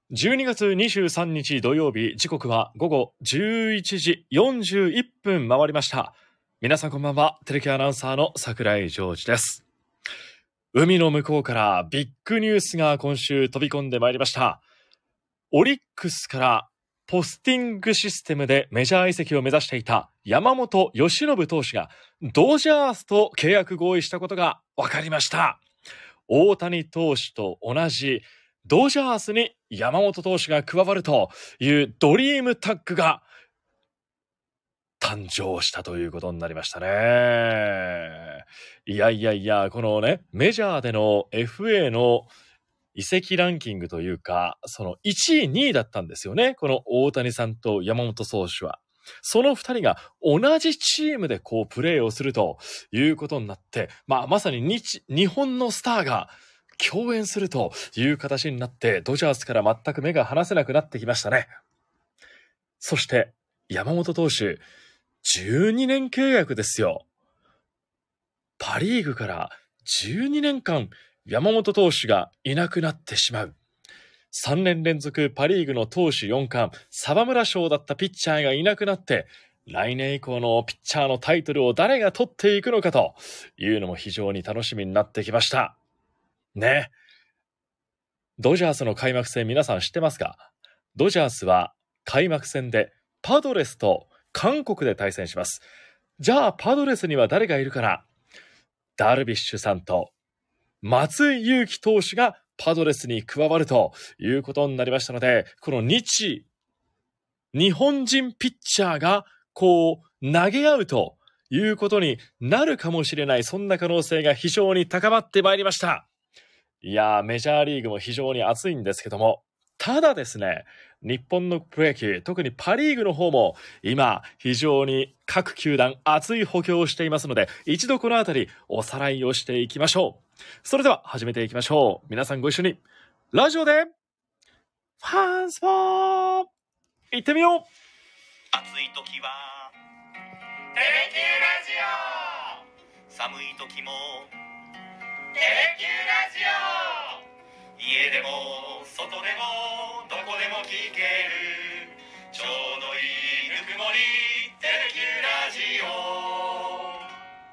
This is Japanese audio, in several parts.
12月23日土曜日、時刻は午後11時41分回りました。皆さんこんばんは。テレキアナウンサーの櫻井ジョージです。海の向こうからビッグニュースが今週飛び込んでまいりました。オリックスからポスティングシステムでメジャー移籍を目指していた山本由伸投手がドジャースと契約合意したことが分かりました。大谷投手と同じドジャースに山本投手が加わるというドリームタッグが誕生したということになりましたね。いや、このね、メジャーでの FA の移籍ランキングというか、その1位、2位だったんですよね。この大谷さんと山本投手は。その2人が同じチームでこうプレーをするということになって、まさに日本のスターが共演するという形になって、ドジャースから全く目が離せなくなってきましたね。そして山本投手、12年契約ですよ。パリーグから12年間山本投手がいなくなってしまう。3年連続パリーグの投手4冠、沢村賞だったピッチャーがいなくなって、来年以降のピッチャーのタイトルを誰が取っていくのかというのも非常に楽しみになってきました。ね。ドジャースの開幕戦皆さん知ってますか？ドジャースは開幕戦でパドレスと韓国で対戦します。じゃあパドレスには誰がいるかな？ダルビッシュさんと松井裕樹投手がパドレスに加わるということになりましたので、この日本人ピッチャーがこう投げ合うということになるかもしれない、そんな可能性が非常に高まってまいりました。いやー、メジャーリーグも非常に熱いんですけども、ただですね、日本のプロ野球、特にパリーグの方も今非常に各球団熱い補強をしていますので、一度このあたりおさらいをしていきましょう。それでは始めていきましょう。皆さんご一緒にラジオでファンスポー行ってみよう。 暑い時はテレキューラジオ、寒い時もテレキューラジオ、家でも外でもどこでも聞けるちょうどいいぬくもり、テレキューラジオ。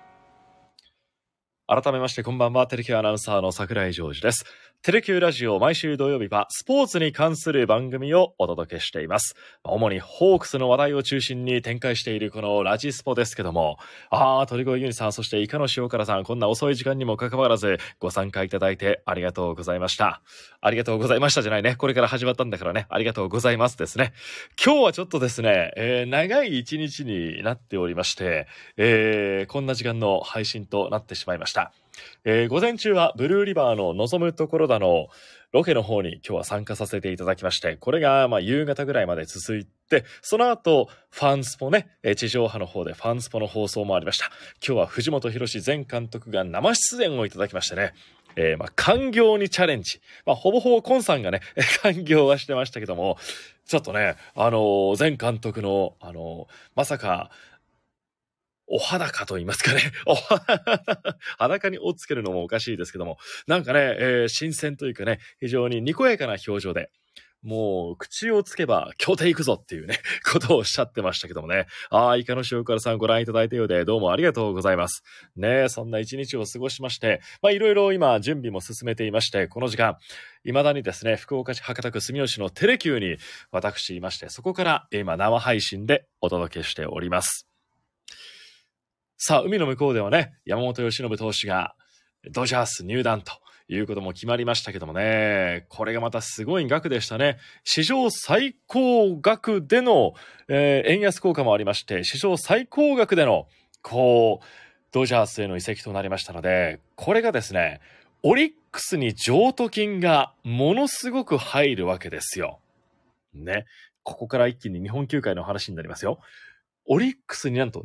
改めましてこんばんは。テレキューアナウンサーの櫻井ジョージです。テレキューラジオ、毎週土曜日はスポーツに関する番組をお届けしています。主にホークスの話題を中心に展開しているこのラジスポですけども、鳥越ユニさん、そしてイカの塩辛さん、こんな遅い時間にもかかわらずご参加いただいてありがとうございました。ありがとうございましたじゃないね。これから始まったんだからね。ありがとうございますですね。今日はちょっとですね、長い一日になっておりまして、こんな時間の配信となってしまいました。午前中はブルーリバーの望むところだのロケの方に今日は参加させていただきまして、これが夕方ぐらいまで続いて、その後ファンスポね、地上波の方でファンスポの放送もありました。今日は藤本博史前監督が生出演をいただきましてね、官業にチャレンジ、ほぼほぼコンさんがね官業はしてましたけども、ちょっとね前監督のまさかお裸と言いますかね。裸におつけるのもおかしいですけども、なんかね、新鮮というかね、非常ににこやかな表情で、もう口をつけば協定行くぞっていうね、ことをおっしゃってましたけどもね。イカの塩辛さんご覧いただいたようでどうもありがとうございます。ね、そんな一日を過ごしまして、いろいろ今準備も進めていまして、この時間、未だにですね、福岡市博多区住吉のテレキューに私いまして、そこから今生配信でお届けしております。さあ、海の向こうではね、山本由伸投手がドジャース入団ということも決まりましたけどもね、これがまたすごい額でしたね。史上最高額での、円安効果もありまして、史上最高額でのドジャースへの移籍となりましたので、これがですね、オリックスに譲渡金がものすごく入るわけですよ。ね、ここから一気に日本球界の話になりますよ。オリックスになんと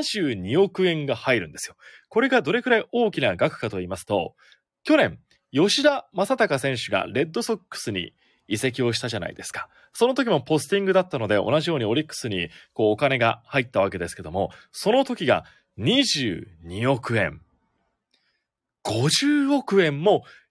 72億円が入るんですよ。これがどれくらい大きな額かと言いますと、去年、吉田正尚選手がレッドソックスに移籍をしたじゃないですか。その時もポスティングだったので、同じようにオリックスにお金が入ったわけですけども、その時が22億円。50億円も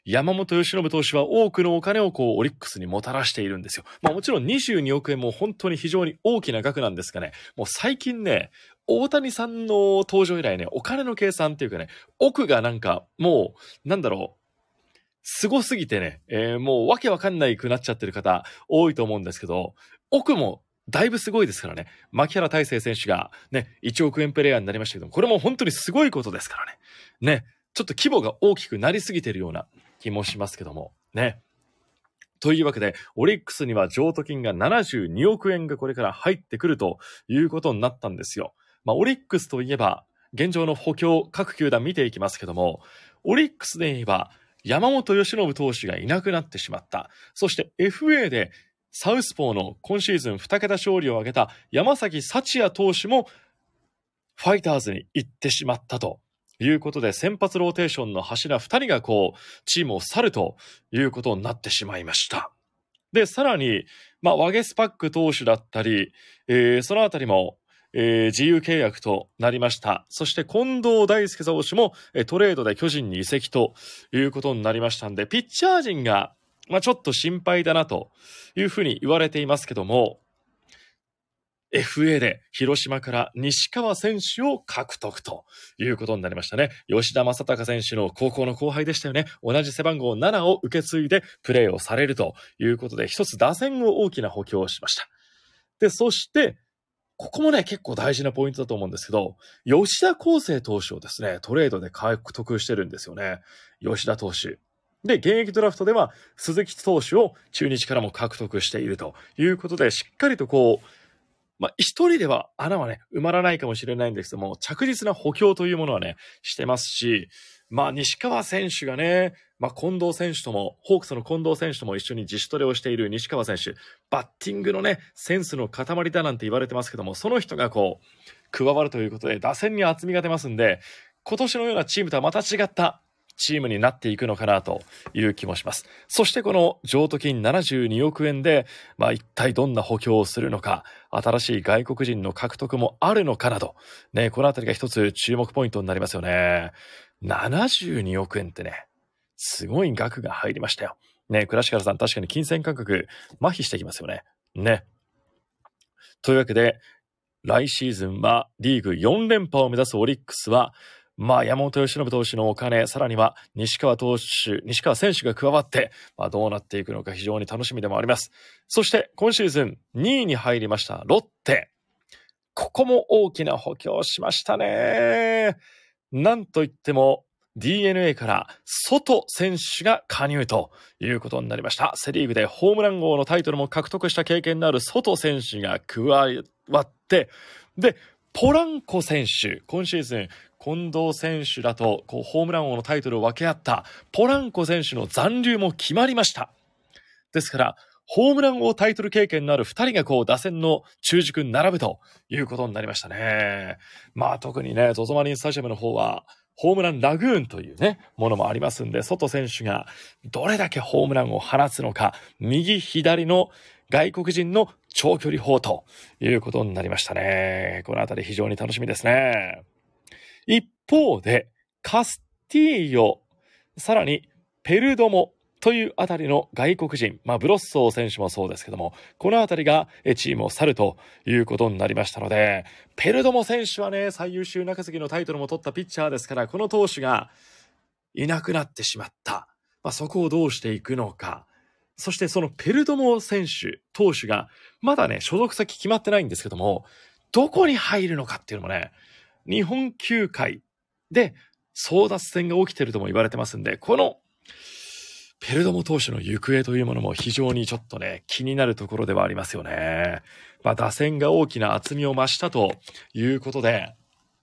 山本由伸投手は多くのお金をオリックスにもたらしているんですよ。もちろん22億円も本当に非常に大きな額なんですがね、もう最近ね、大谷さんの登場以来ね、お金の計算っていうかね、奥がなんかもう、すごすぎてね、もうわけわかんないくなっちゃってる方多いと思うんですけど、奥もだいぶすごいですからね。牧原大成選手がね、1億円プレイヤーになりましたけど、これも本当にすごいことですからね。ね、ちょっと規模が大きくなりすぎてるような気もしますけども、ね。というわけで、オリックスには譲渡金が72億円がこれから入ってくるということになったんですよ。オリックスといえば、現状の補強、各球団見ていきますけども、オリックスで言えば、山本由伸投手がいなくなってしまった。そして FA でサウスポーの今シーズン2桁勝利を挙げた山崎福也投手もファイターズに行ってしまったということで、先発ローテーションの柱2人がチームを去るということになってしまいました。で、さらに、ワゲスパック投手だったり、そのあたりも、自由契約となりました。そして近藤大輔投手もトレードで巨人に移籍ということになりましたんで、ピッチャー陣が、ちょっと心配だなというふうに言われていますけども、FA で広島から西川選手を獲得ということになりましたね。吉田正尚選手の高校の後輩でしたよね。同じ背番号7を受け継いでプレーをされるということで、一つ打線を大きな補強をしました。で、そして、ここもね、結構大事なポイントだと思うんですけど、吉田康生投手をですね、トレードで獲得してるんですよね。吉田投手。で、現役ドラフトでは鈴木投手を中日からも獲得しているということで、しっかりと一人では穴はね、埋まらないかもしれないんですけども、着実な補強というものはね、してますし、西川選手がね、近藤選手とも、ホークスの近藤選手とも一緒に自主トレをしている西川選手、バッティングのね、センスの塊だなんて言われてますけども、その人が加わるということで、打線に厚みが出ますんで、今年のようなチームとはまた違ったチームになっていくのかなという気もします。そしてこの譲渡金72億円で、一体どんな補強をするのか、新しい外国人の獲得もあるのかなど、ね、このあたりが一つ注目ポイントになりますよね。72億円ってね、すごい額が入りましたよ。ね、倉敷さん、確かに金銭感覚麻痺してきますよね。ね。というわけで、来シーズンはリーグ4連覇を目指すオリックスは、山本由伸投手のお金、さらには西川選手が加わって、どうなっていくのか非常に楽しみでもあります。そして今シーズン2位に入りましたロッテ。ここも大きな補強をしましたね。なんといっても DNA からソト選手が加入ということになりました。セリーグでホームラン王のタイトルも獲得した経験のあるソト選手が加わって、で、ポランコ選手、今シーズン近藤選手らとホームラン王のタイトルを分け合ったポランコ選手の残留も決まりました。ですからホームラン王タイトル経験のある2人が打線の中軸に並ぶということになりましたね。特にね、ZOZO マリンスタジアムの方はホームランラグーンというね、ものもありますんで、ソト選手がどれだけホームランを放つのか、右左の外国人の長距離砲ということになりましたね。このあたり非常に楽しみですね。一方で、カスティーヨ、さらにペルドモというあたりの外国人、ブロッソー選手もそうですけども、このあたりがチームを去るということになりましたので、ペルドモ選手はね、最優秀中継ぎのタイトルも取ったピッチャーですから、この投手がいなくなってしまった。そこをどうしていくのか。そしてそのペルドモ選手、投手がまだね、所属先決まってないんですけども、どこに入るのかっていうのもね、日本球界で争奪戦が起きてるとも言われてますんで、このペルドモ投手の行方というものも非常にちょっとね、気になるところではありますよね。打線が大きな厚みを増したということで、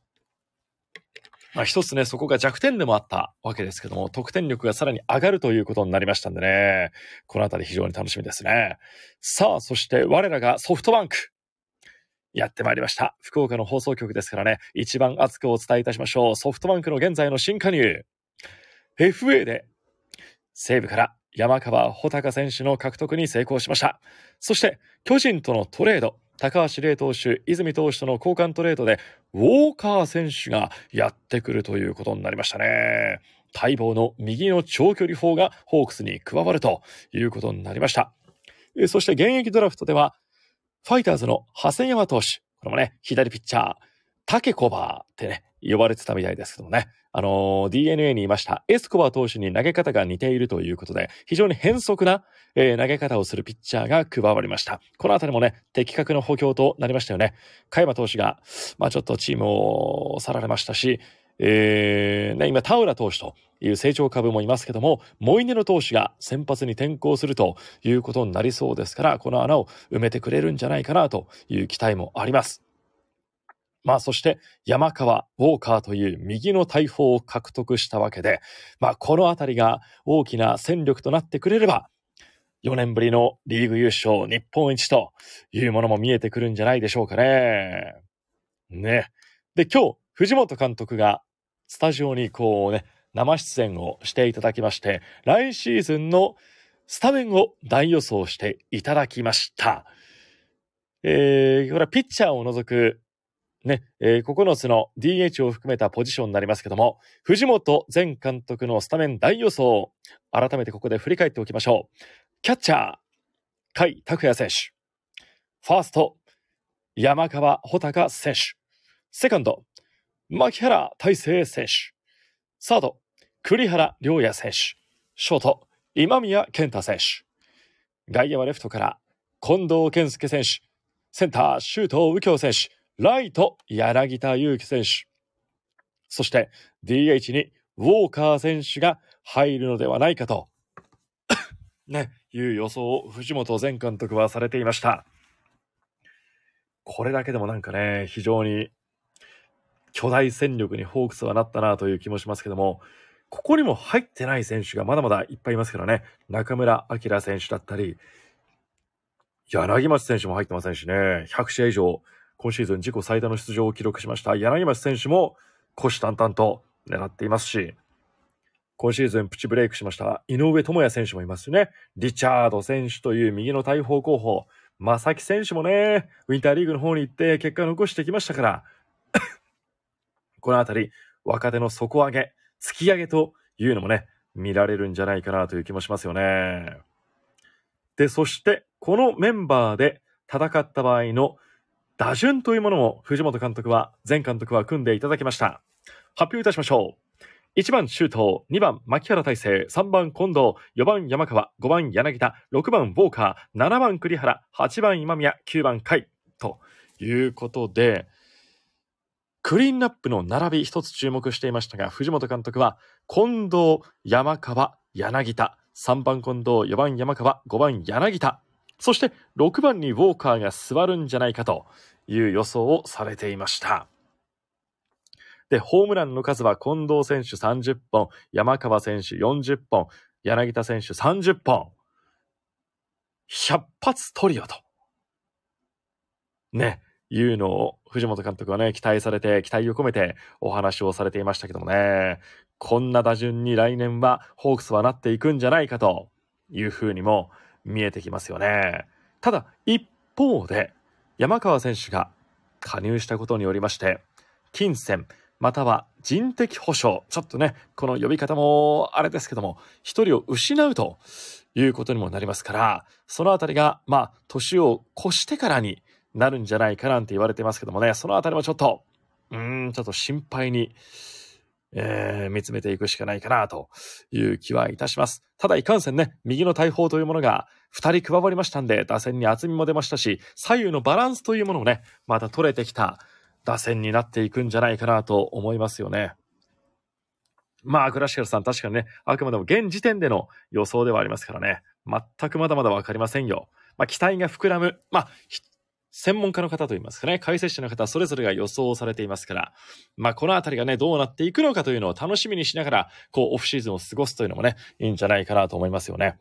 一つね、そこが弱点でもあったわけですけども、得点力がさらに上がるということになりましたんでね、このあたり非常に楽しみですね。さあ、そして我らがソフトバンク。やってまいりました。福岡の放送局ですからね、一番熱くお伝えいたしましょう。ソフトバンクの現在の新加入。FA で西武から山川穂高選手の獲得に成功しました。そして巨人とのトレード、高橋礼投手、泉投手との交換トレードでウォーカー選手がやってくるということになりましたね。 待望の右の長距離砲がホークスに加わるということになりました。そして現役ドラフトではファイターズの長谷川投手、これもね、左ピッチャータケコバーってね呼ばれてたみたいですけどもね、DNA にいましたエスコバー投手に投げ方が似ているということで、非常に変則な、投げ方をするピッチャーが加わりました。このあたりもね、的確な補強となりましたよね。加山投手が、ちょっとチームを去られましたし、今田浦投手という成長株もいますけども、モイネロ投手が先発に転向するということになりそうですから、この穴を埋めてくれるんじゃないかなという期待もあります。そして山川ウォーカーという右の大砲を獲得したわけで、このあたりが大きな戦力となってくれれば、4年ぶりのリーグ優勝日本一というものも見えてくるんじゃないでしょうかね。で、今日藤本監督がスタジオに生出演をしていただきまして、来シーズンのスタメンを大予想していただきました。これはピッチャーを除く9つの DH を含めたポジションになりますけども、藤本前監督のスタメン大予想、改めてここで振り返っておきましょう。キャッチャー、甲斐拓也選手。ファースト、山川穂高選手。セカンド、牧原大成選手。サード、栗原良也選手。ショート、今宮健太選手。外野はレフトから近藤健介選手。センター、周東右京選手。ライト、柳田悠岐選手。そして DH にウォーカー選手が入るのではないかという予想を藤本前監督はされていました。これだけでも非常に巨大戦力にホークスはなったなという気もしますけども、ここにも入ってない選手がまだまだいっぱいいますからね。中村晃選手だったり、柳町選手も入ってませんしね。100試合以上今シーズン自己最多の出場を記録しました柳町選手も虎視眈々と狙っていますし、今シーズンプチブレイクしました井上智也選手もいますしね。リチャード選手という右の大砲候補、正木選手もね、ウィンターリーグの方に行って結果を残してきましたからこのあたり若手の底上げ、突き上げというのもね、見られるんじゃないかなという気もしますよね。で、そしてこのメンバーで戦った場合の打順というものも前監督は組んでいただきました。発表いたしましょう。1番周東、2番牧原大成、3番近藤、4番山川、5番柳田、6番ウォーカー、7番栗原、8番今宮、9番甲斐ということで、クリーンナップの並び一つ注目していましたが、藤本監督は近藤、山川、柳田、3番近藤、4番山川、5番柳田、そして6番にウォーカーが座るんじゃないかという予想をされていました。で、ホームランの数は近藤選手30本、山川選手40本、柳田選手30本。100発トリオと。いうのを藤本監督は期待を込めてお話をされていましたけどもね。こんな打順に来年はホークスはなっていくんじゃないかというふうにも見えてきますよね。ただ一方で山川選手が加入したことによりまして金銭または人的保障、ちょっとこの呼び方もあれですけども一人を失うということにもなりますから、そのあたりが年を越してからになるんじゃないかなんて言われてますけどもね、そのあたりもちょっと心配に見つめていくしかないかなという気はいたします。ただいかんせん右の大砲というものが2人加わりましたんで、打線に厚みも出ましたし、左右のバランスというものをまた取れてきた打線になっていくんじゃないかなと思いますよね。グラシアルさん確かにあくまでも現時点での予想ではありますからね、全くまだまだわかりませんよ。期待が膨らむ、専門家の方といいますか解説者の方それぞれが予想されていますから、このあたりがどうなっていくのかというのを楽しみにしながらオフシーズンを過ごすというのもいいんじゃないかなと思いますよね。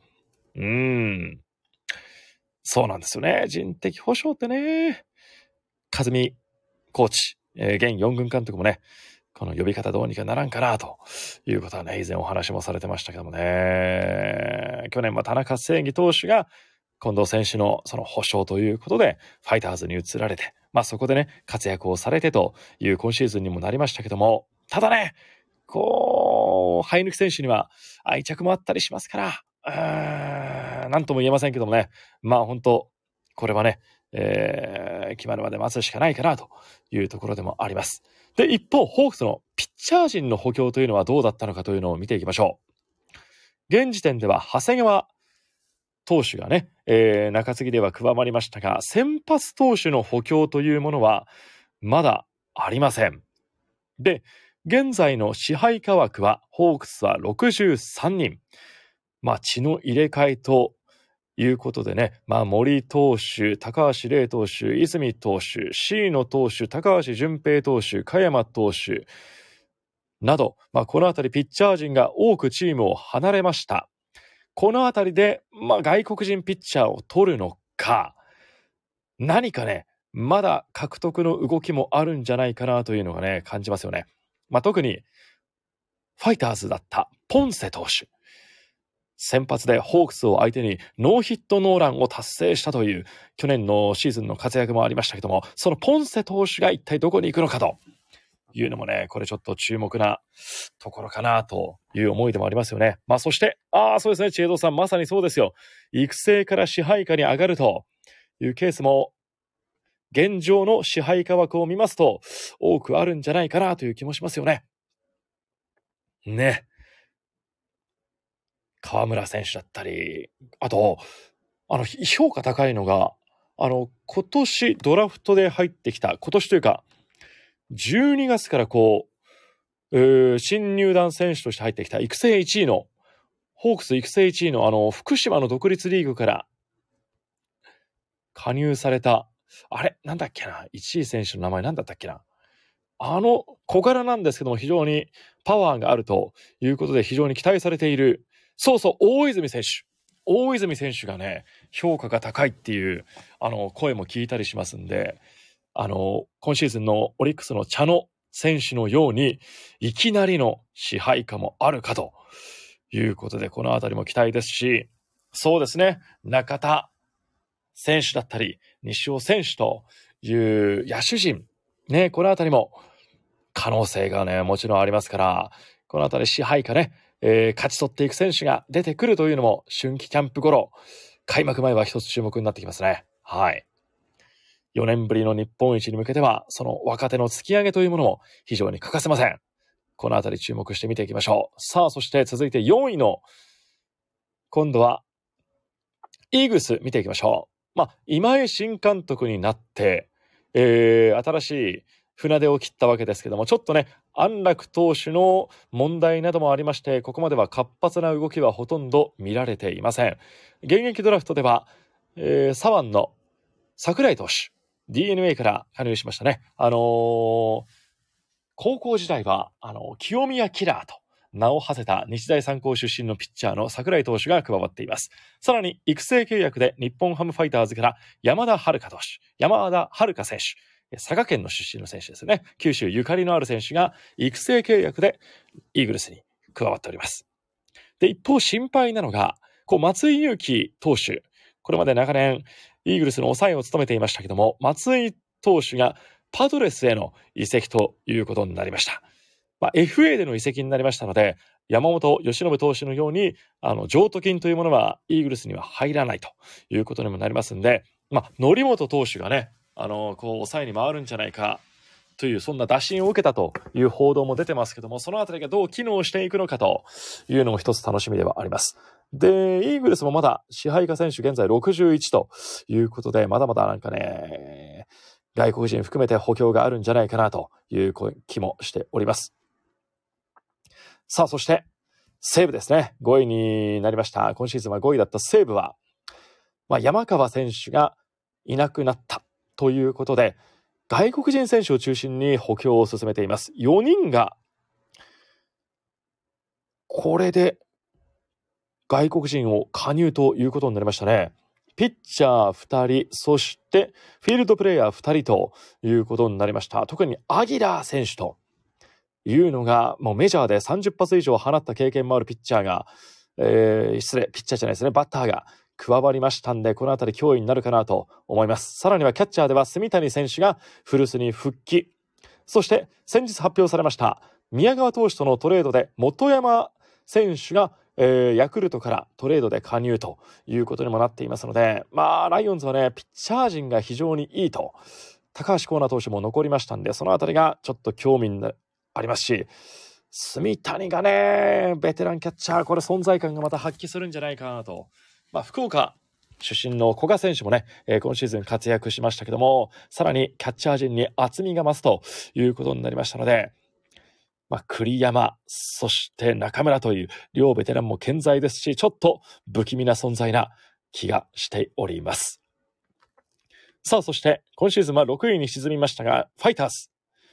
そうなんですよね。人的保障って風見コーチ、現4軍監督もこの呼び方どうにかならんかなということは以前お話もされてましたけどもね。去年は田中正義投手が近藤選手のその保証ということでファイターズに移られて、そこで活躍をされてという今シーズンにもなりましたけども、ただ生え抜き選手には愛着もあったりしますから、なんとも言えませんけどもね、本当これはね、決まるまで待つしかないかなというところでもあります。で、一方ホークスのピッチャー陣の補強というのはどうだったのかというのを見ていきましょう。現時点では長谷川投手がね、中継ぎでは加わりましたが、先発投手の補強というものはまだありません。で、現在の支配下枠はホークスは63人。血の入れ替えということでね、森投手、高橋礼投手、泉投手、椎野投手、高橋純平投手、加山投手など、このあたりピッチャー陣が多くチームを離れました。このあたりで、外国人ピッチャーを取るのか、何かね、まだ獲得の動きもあるんじゃないかなというのがね、感じますよね。特にファイターズだったポンセ投手。先発でホークスを相手にノーヒットノーランを達成したという去年のシーズンの活躍もありましたけども、そのポンセ投手が一体どこに行くのかというのもね、これちょっと注目なところかなという思いでもありますよね。そして、そうですね、知恵堂さん、まさにそうですよ。育成から支配下に上がるというケースも現状の支配下枠を見ますと多くあるんじゃないかなという気もしますよね。ね。河村選手だったり、あと、評価高いのが、今年ドラフトで入ってきた、今年というか、12月から新入団選手として入ってきた育成1位の、ホークス育成1位の福島の独立リーグから加入された、なんだっけな、1位選手の名前なんだったっけな。小柄なんですけども非常にパワーがあるということで非常に期待されている、大泉選手。大泉選手がね、評価が高いっていう声も聞いたりしますんで、今シーズンのオリックスの茶野選手のようにいきなりの支配下もあるかということで、このあたりも期待ですし、そうですね、中田選手だったり西尾選手という野手陣ね、このあたりも可能性がねもちろんありますから、このあたり支配下ね、勝ち取っていく選手が出てくるというのも春季キャンプ頃、開幕前は一つ注目になってきますね。はい。4年ぶりの日本一に向けては、その若手の突き上げというものも非常に欠かせません。このあたり注目して見ていきましょう。さあ、そして続いて4位の、今度は、イーグルス見ていきましょう。今井新監督になって、新しい船出を切ったわけですけども、ちょっとね、安楽投手の問題などもありまして、ここまでは活発な動きはほとんど見られていません。現役ドラフトでは、左腕の櫻井投手、DNA から加入しましたね。高校時代は清宮キラーと名を馳せた日大三高出身のピッチャーの櫻井投手が加わっています。さらに育成契約で日本ハムファイターズから山田遥投手、山田遥選手、佐賀県の出身の選手ですね。九州ゆかりのある選手が育成契約でイーグルスに加わっております。で、一方心配なのが松井裕樹投手、これまで長年イーグルスの抑えを務めていましたけども、松井投手がパドレスへの移籍ということになりました。FA での移籍になりましたので、山本由伸投手のように譲渡金というものはイーグルスには入らないということにもなりますんで、則本投手がね抑えに回るんじゃないかという、そんな打診を受けたという報道も出てますけども、そのあたりがどう機能していくのかというのも一つ楽しみではあります。で、イーグルスもまだ支配下選手現在61ということで、まだまだ外国人含めて補強があるんじゃないかなという気もしております。さあ、そして西武ですね、5位になりました。今シーズンは5位だった西武は、山川選手がいなくなったということで、外国人選手を中心に補強を進めています。4人がこれで外国人を加入ということになりましたね。ピッチャー2人、そしてフィールドプレイヤー2人ということになりました。特にアギラー選手というのが、もうメジャーで30発以上放った経験もあるピッチャーが、ピッチャーじゃないですね、バッターが加わりましたんで、このあたり脅威になるかなと思います。さらにはキャッチャーでは住谷選手が古巣に復帰。そして先日発表されました宮川投手とのトレードで本山選手が、ヤクルトからトレードで加入ということにもなっていますので、ライオンズはねピッチャー陣が非常にいいと。高橋光成投手も残りましたんで、そのあたりがちょっと興味ありますし、住谷がねベテランキャッチャー、これ存在感がまた発揮するんじゃないかなと。福岡出身の古賀選手もね、今シーズン活躍しましたけども、さらにキャッチャー陣に厚みが増すということになりましたので、栗山そして中村という両ベテランも健在ですし、ちょっと不気味な存在な気がしております。さあ、そして今シーズンは6位に沈みましたが、ファイターズ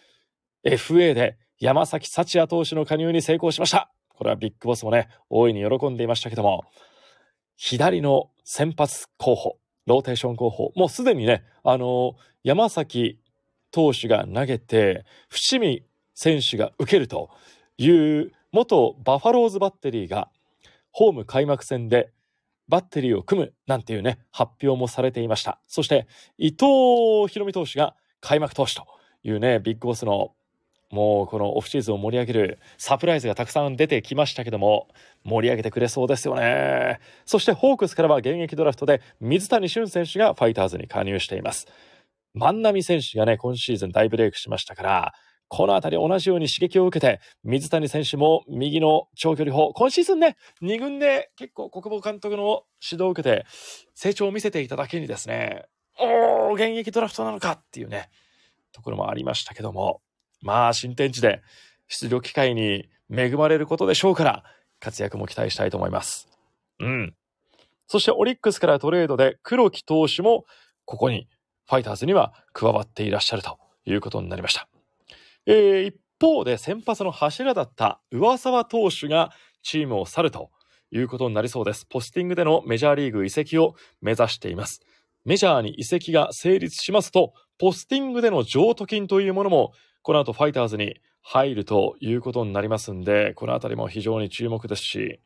FA で山崎福也投手の加入に成功しました。これはビッグボスもね大いに喜んでいましたけども、左の先発候補、ローテーション候補、もうすでにね山崎投手が投げて伏見選手が受けるという元バファローズバッテリーがホーム開幕戦でバッテリーを組むなんていうね発表もされていました。そして伊藤大海投手が開幕投手というね、ビッグボスのもうこのオフシーズンを盛り上げるサプライズがたくさん出てきましたけども、盛り上げてくれそうですよね。そしてホークスからは現役ドラフトで水谷隼選手がファイターズに加入しています。万波選手がね今シーズン大ブレイクしましたから、このあたり同じように刺激を受けて、水谷選手も右の長距離砲、今シーズンね2軍で結構国保監督の指導を受けて成長を見せていただけにですね、現役ドラフトなのかっていうねところもありましたけども、新天地で出場機会に恵まれることでしょうから、活躍も期待したいと思います。そしてオリックスからトレードで黒木投手もここにファイターズには加わっていらっしゃるということになりました。一方で先発の柱だった上沢投手がチームを去るということになりそうです。ポスティングでのメジャーリーグ移籍を目指しています。メジャーに移籍が成立しますと、ポスティングでの譲渡金というものもこの後ファイターズに入るということになりますんで、このあたりも非常に注目ですし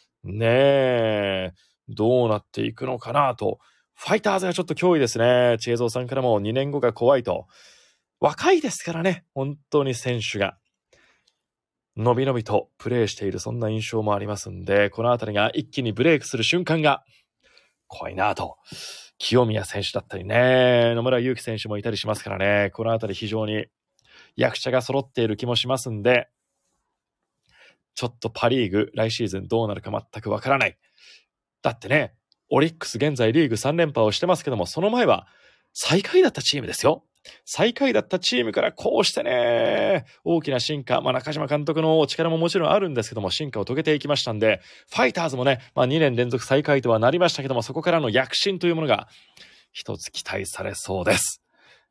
どうなっていくのかなと。ファイターズがちょっと脅威ですね。千恵蔵さんからも2年後が怖いと。若いですからね、本当に選手がのびのびとプレーしている、そんな印象もありますんで、このあたりが一気にブレイクする瞬間が怖いなと。清宮選手だったりね、野村祐希選手もいたりしますからね、このあたり非常に役者が揃っている気もしますんで、ちょっとパリーグ来シーズンどうなるか全くわからない。だってね、オリックス現在リーグ3連覇をしてますけども、その前は最下位だったチームですよ。最下位だったチームからこうしてね大きな進化、中島監督のお力ももちろんあるんですけども、進化を遂げていきましたんで、ファイターズもね、2年連続最下位とはなりましたけども、そこからの躍進というものが一つ期待されそうです。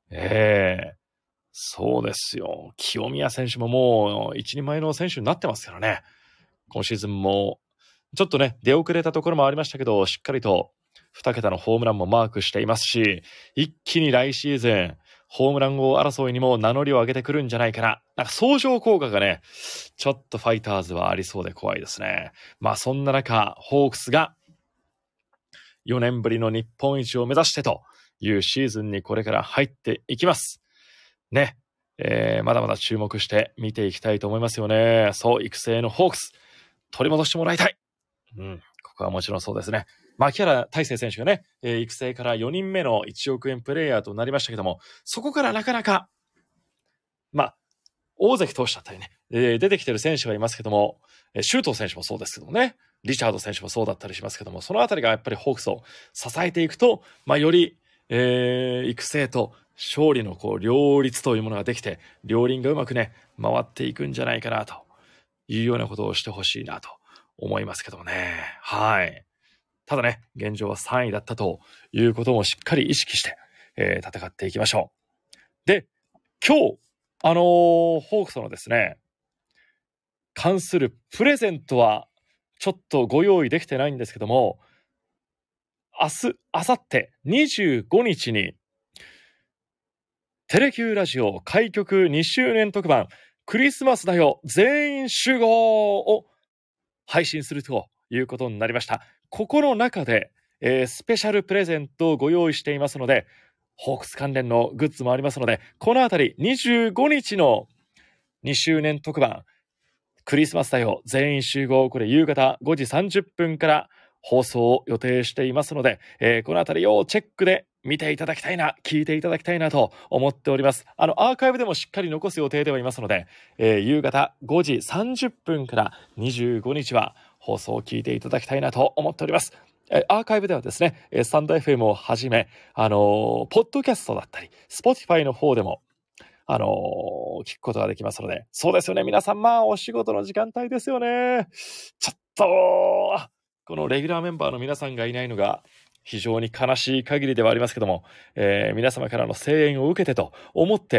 そうですよ。清宮選手ももう一人前の選手になってますからね。今シーズンもちょっとね出遅れたところもありましたけど、しっかりと2桁のホームランもマークしていますし、一気に来シーズンホームラン王争いにも名乗りを上げてくるんじゃないかな。相乗効果がねちょっとファイターズはありそうで怖いですね。そんな中ホークスが4年ぶりの日本一を目指してというシーズンにこれから入っていきますね。まだまだ注目して見ていきたいと思いますよね。そう、育成のホークス取り戻してもらいたい。ここはもちろんそうですね。牧原大成選手がね、育成から4人目の1億円プレイヤーとなりましたけども、そこからなかなか大関投手だったりね、出てきてる選手はいますけども、周東選手もそうですけどもね、リチャード選手もそうだったりしますけども、そのあたりがやっぱりホークスを支えていくと、より、育成と勝利の両立というものができて、両輪がうまくね回っていくんじゃないかなというようなことをしてほしいなと思いますけどもね。はい。ただね、現状は3位だったということもしっかり意識して、戦っていきましょう。で、今日ホークスのですね関するプレゼントはちょっとご用意できてないんですけども、明日、明後日25日にテレキューラジオ開局2周年特番クリスマスだよ全員集合を配信するということになりました。ここの中で、スペシャルプレゼントをご用意していますので、ホークス関連のグッズもありますので、このあたり25日の 2周年特番、クリスマスだよ全員集合、これ夕方5時30分から放送を予定していますので、このあたりをチェックで見ていただきたいな、聞いていただきたいなと思っております。アーカイブでもしっかり残す予定ではいますので、夕方5時30分から25日は放送を聞いていただきたいなと思っております。アーカイブではですね、スタンド FM をはじめ、ポッドキャストだったり、Spotify の方でも、聞くことができますので、そうですよね、皆さん、お仕事の時間帯ですよね。ちょっと、このレギュラーメンバーの皆さんがいないのが非常に悲しい限りではありますけども、皆様からの声援を受けてと思って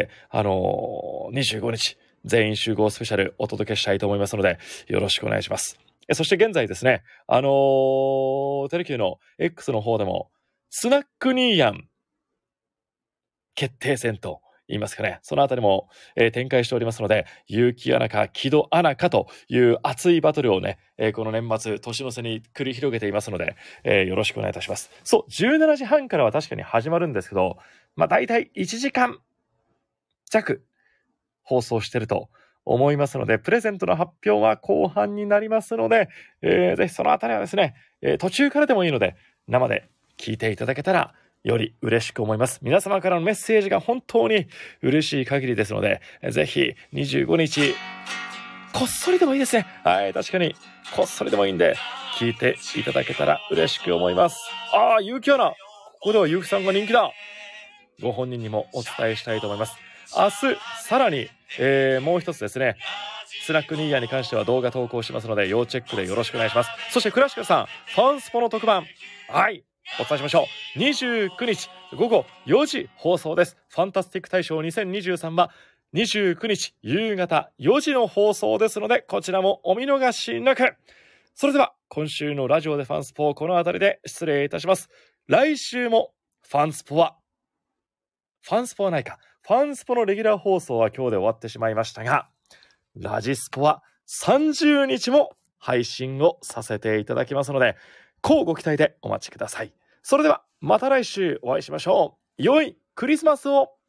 、25日、全員集合スペシャルお届けしたいと思いますので、よろしくお願いします。そして現在ですね、テレキューの X の方でも、スナックニーヤン決定戦と言いますかね、そのあたりも、展開しておりますので、結城アナか木戸アナかという熱いバトルをね、この年末年の瀬に繰り広げていますので、よろしくお願いいたします。そう、17時半からは確かに始まるんですけど、だいたい1時間弱放送してると思いますので、プレゼントの発表は後半になりますので、ぜひそのあたりはですね、途中からでもいいので生で聞いていただけたらより嬉しく思います。皆様からのメッセージが本当に嬉しい限りですので、ぜひ25日こっそりでもいいですね。はい、確かにこっそりでもいいんで聞いていただけたら嬉しく思います。結城アナ、ここでは結城さんが人気だ。ご本人にもお伝えしたいと思います。明日さらに、もう一つですね、スナックニーヤに関しては動画投稿しますので要チェックでよろしくお願いします。そしてクラシカルさん、ファンスポの特番、はいお伝えしましょう。29日午後4時放送です。ファンタスティック大賞2023は29日夕方4時の放送ですので、こちらもお見逃しなく。それでは今週のラジオでファンスポ、この辺りで失礼いたします。来週もファンスポはないか。ファンスポのレギュラー放送は今日で終わってしまいましたが、ラジスポは30日も配信をさせていただきますので、乞うご期待でお待ちください。それではまた来週お会いしましょう。良いクリスマスを。